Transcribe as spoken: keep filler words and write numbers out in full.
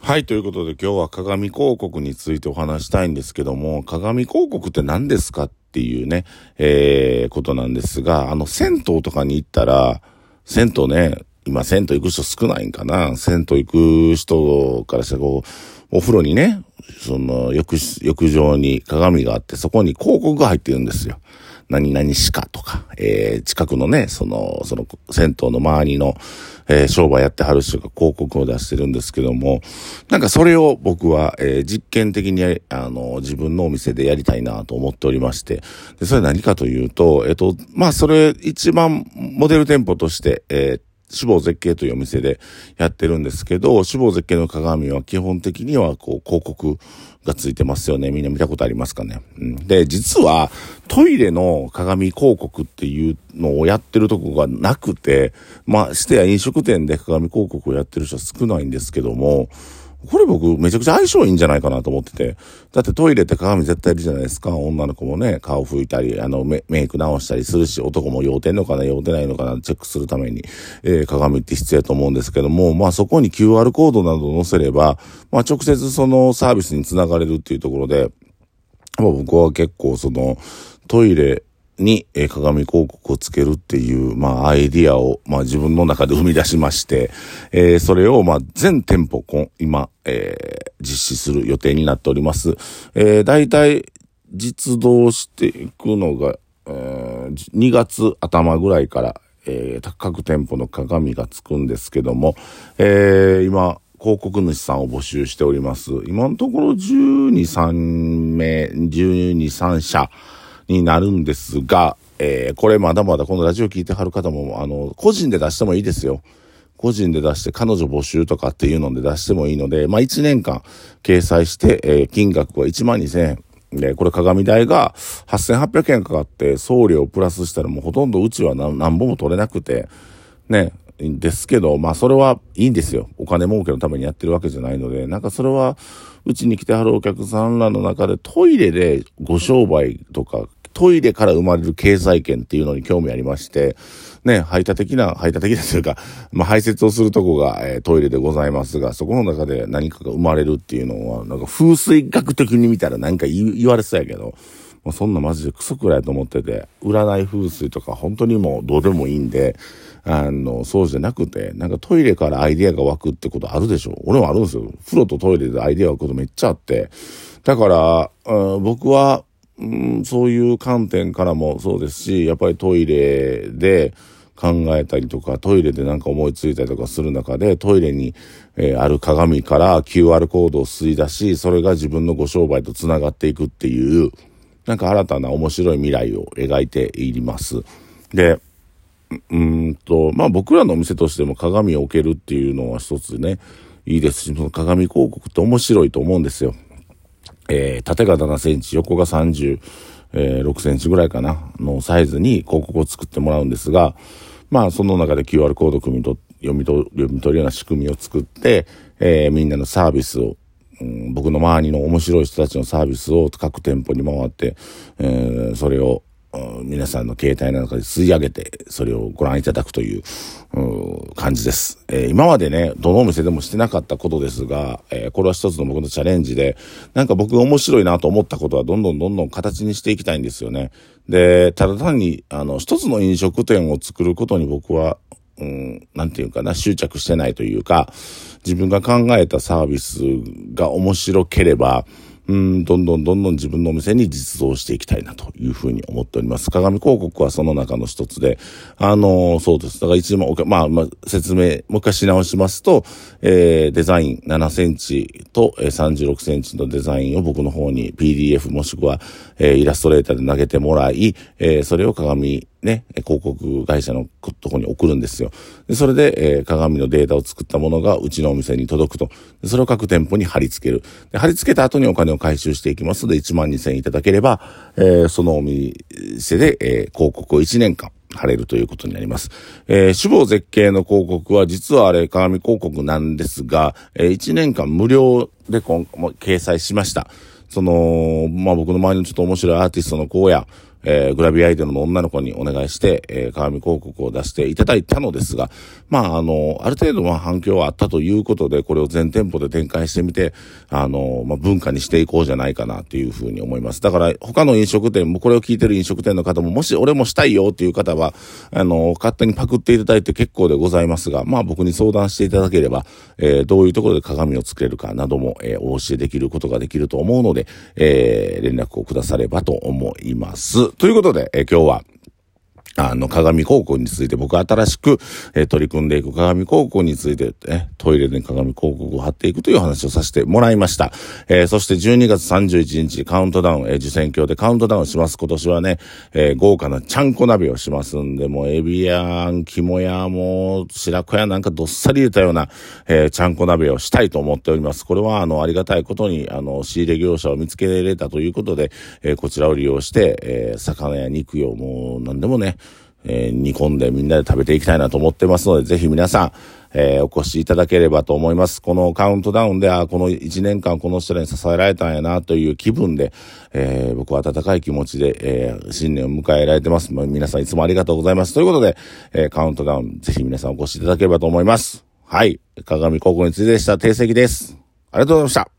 はい、ということで今日は鏡広告についてお話したいんですけども、鏡広告って何ですかっていうね、えー、ことなんですが、あの、銭湯とかに行ったら、銭湯ね、今銭湯行く人少ないんかな。銭湯行く人からしたらこう、お風呂にね、その浴、浴場に鏡があって、そこに広告が入ってるんですよ。何々しかとか、えー、近くのね、その、その、銭湯の周りの、えー、商売やってはる人が広告を出してるんですけども、なんかそれを僕は、えー、実験的に、あの、自分のお店でやりたいなと思っておりまして、で、それは何かというと、えっと、まあ、それ一番モデル店舗として、えー、志望絶景というお店でやってるんですけど、志望絶景の鏡は基本的にはこう広告がついてますよね。みんな見たことありますかね。うん、で、実はトイレの鏡広告っていうのをやってるとこがなくて、まあ、してや飲食店で鏡広告をやってる人は少ないんですけども、これ僕めちゃくちゃ相性いいんじゃないかなと思ってて。だってトイレって鏡絶対いるじゃないですか。女の子もね、顔拭いたり、あのメ、メイク直したりするし、男も酔うてんのかな、酔うてないのかな、チェックするために、えー、鏡って必要だと思うんですけども、まあそこに キューアール コードなどを載せれば、まあ直接そのサービスにつながれるっていうところで、まあ僕は結構そのトイレ、に、えー、鏡広告をつけるっていう、まあ、アイディアを、まあ、自分の中で生み出しまして、えー、それを、まあ、全店舗、今、えー、実施する予定になっております。えー、大体、実動していくのが、えー、にがつ頭ぐらいから、えー、各店舗の鏡がつくんですけども、えー、今、広告主さんを募集しております。今のところじゅうに、さんめい、じゅうに、さんしゃ、になるんですが、えー、これまだまだこのラジオ聞いてはる方も、あの、個人で出してもいいですよ。個人で出して彼女募集とかっていうので出してもいいので、まあ、いちねんかん掲載して、えー、金額はいちまんにせんえん。で、これ鏡代がはっせんはっぴゃくえんかかって送料プラスしたらもうほとんどうちは何何本も取れなくて、ね、ですけど、まあそれはいいんですよ。お金儲けのためにやってるわけじゃないので、なんかそれは、うちに来てはるお客さんらの中でトイレでご商売とか、トイレから生まれる経済圏っていうのに興味ありまして、ね、排他的な、排他的なというか、まあ排泄をするとこが、えー、トイレでございますが、そこの中で何かが生まれるっていうのは、なんか風水学的に見たら何か言, 言われそうやけど、まあ、そんなマジでクソくらいと思ってて、占い風水とか本当にもうどうでもいいんで、あの、そうじゃなくて、なんかトイレからアイディアが湧くってことあるでしょ？俺もあるんですよ。風呂とトイレでアイディア湧くことめっちゃあって。だから、うん、僕は、うん、そういう観点からもそうですし、やっぱりトイレで考えたりとか、トイレでなんか思いついたりとかする中で、トイレに、えー、ある鏡から キューアール コードを吸い出し、それが自分のご商売とつながっていくっていう、なんか新たな面白い未来を描いています。で、うーんと、まあ僕らのお店としても鏡を置けるっていうのは一つね、いいですし、その鏡広告って面白いと思うんですよ。えー、縦がななセンチ、横がさんじゅうろくセンチぐらいかな、のサイズに広告を作ってもらうんですが、まあその中で キューアール コードを組み取読み取る、読み取るような仕組みを作って、えー、みんなのサービスを、うん、僕の周りの面白い人たちのサービスを各店舗に回って、えー、それを皆さんの携帯の中で吸い上げて、それをご覧いただくという、う感じです。えー、今までね、どのお店でもしてなかったことですが、えー、これは一つの僕のチャレンジで、なんか僕が面白いなと思ったことはどんどんどんどん形にしていきたいんですよね。で、ただ単に、あの、一つの飲食店を作ることに僕は、うん、なんていうかな、執着してないというか、自分が考えたサービスが面白ければ、うん、どんどんどんどん自分のお店に実装していきたいなというふうに思っております。鏡広告はその中の一つで、あのー、そうです。だから一番、まあ、まあ、説明、もう一回し直しますと、えー、デザインななセンチと、えー、さんじゅうろくセンチのデザインを僕の方に ピーディーエフ もしくは、えー、イラストレーターで投げてもらい、えー、それを鏡、ね、広告会社のとこに送るんですよ。で、それで、えー、鏡のデータを作ったものがうちのお店に届くと。で、それを各店舗に貼り付ける。で、貼り付けた後にお金を回収していきますので、いちまんにせんえんいただければ、えー、そのお店で、えー、広告をいちねんかん貼れるということになります。えー、志望絶景の広告は実はあれ鏡広告なんですが、えー、いちねんかん無料で今も掲載しました。その、まあ、僕の周りのちょっと面白いアーティストの子や、 えー、グラビアアイドルの女の子にお願いして、えー、鏡広告を出していただいたのですが、まあ、あの、ある程度は反響はあったということで、これを全店舗で展開してみて、あの、まあ、文化にしていこうじゃないかなというふうに思います。だから、他の飲食店も、これを聞いてる飲食店の方も、もし俺もしたいよっていう方は、あの、勝手にパクっていただいて結構でございますが、まあ、僕に相談していただければ、えー、どういうところで鏡を作れるかなども、えー、お教えできることができると思うので、えー、連絡をくださればと思います。ということで、えー、今日は、あの、鏡広告について僕新しく、えー、取り組んでいく鏡広告について、えトイレで鏡広告を貼っていくという話をさせてもらいました。えー、そしてじゅうにがつさんじゅういちにちカウントダウン、えー、受選挙でカウントダウンします。今年はね、えー、豪華なちゃんこ鍋をしますんで、もうエビや肝やもう白子やなんかどっさり入れたような、えー、ちゃんこ鍋をしたいと思っております。これはあの、ありがたいことに、あの、仕入れ業者を見つけれたということで、えー、こちらを利用して、えー、魚や肉よ、もう何でもね、えー、煮込んでみんなで食べていきたいなと思ってますので、ぜひ皆さん、えー、お越しいただければと思います。このカウントダウンで、あ、このいちねんかんこの人に支えられたんやなという気分で、えー、僕は温かい気持ちで、えー、新年を迎えられてます。皆さんいつもありがとうございます。ということで、えー、カウントダウン、ぜひ皆さんお越しいただければと思います。はい。鏡広告についてでした。定石です。ありがとうございました。